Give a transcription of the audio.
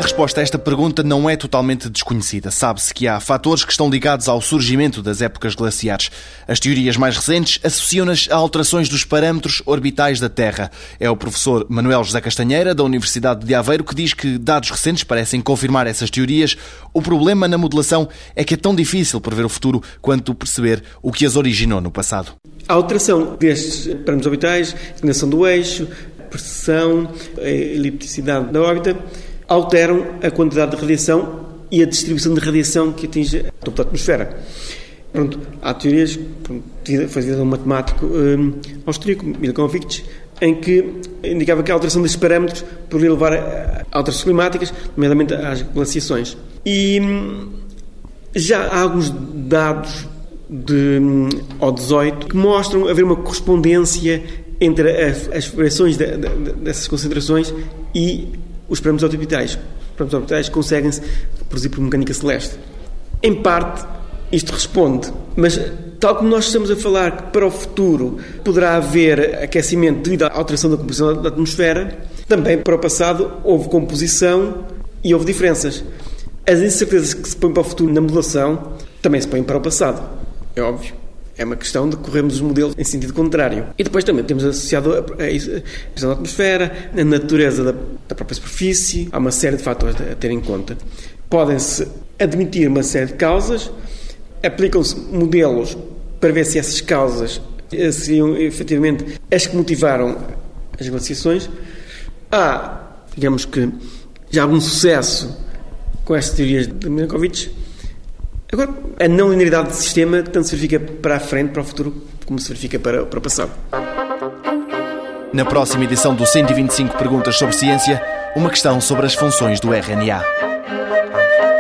resposta a esta pergunta não é totalmente desconhecida. Sabe-se que há fatores que estão ligados ao surgimento das épocas glaciares. As teorias mais recentes associam-nas a alterações dos parâmetros orbitais da Terra. É o professor Manuel José Castanheira, da Universidade de Aveiro, que diz que dados recentes parecem confirmar essas teorias. O problema na modelação é que é tão difícil prever o futuro quanto perceber o que as originou no passado. A alteração destes parâmetros orbitais, a inclinação do eixo, a pressão, a elipticidade da órbita, alteram a quantidade de radiação e a distribuição de radiação que atinge a topo da atmosfera. Há teorias, foi devido a um matemático austríaco, Milankovitch, em que indicava que a alteração destes parâmetros poderia levar a alterações climáticas, nomeadamente às glaciações. E já há alguns dados ao 18 que mostram haver uma correspondência entre as variações dessas concentrações e os parâmetros orbitais. Os parâmetros orbitais conseguem-se produzir por mecânica celeste. Em parte, isto responde, mas tal como nós estamos a falar que para o futuro poderá haver aquecimento devido à alteração da composição da atmosfera, também para o passado houve composição e houve diferenças. As incertezas que se põem para o futuro na modelação também se põem para o passado. É óbvio. É uma questão de corrermos os modelos em sentido contrário. E depois também temos associado a isso a pressão da atmosfera, a natureza da própria superfície. Há uma série de fatores a ter em conta. Podem-se admitir uma série de causas, aplicam-se modelos para ver se essas causas seriam efetivamente as que motivaram as glaciações. Há, digamos que, já algum sucesso com estas teorias de Milankovitch. Agora, a não linearidade do sistema tanto se verifica para a frente, para o futuro, como se verifica para o passado. Na próxima edição do 125 Perguntas sobre Ciência, uma questão sobre as funções do RNA.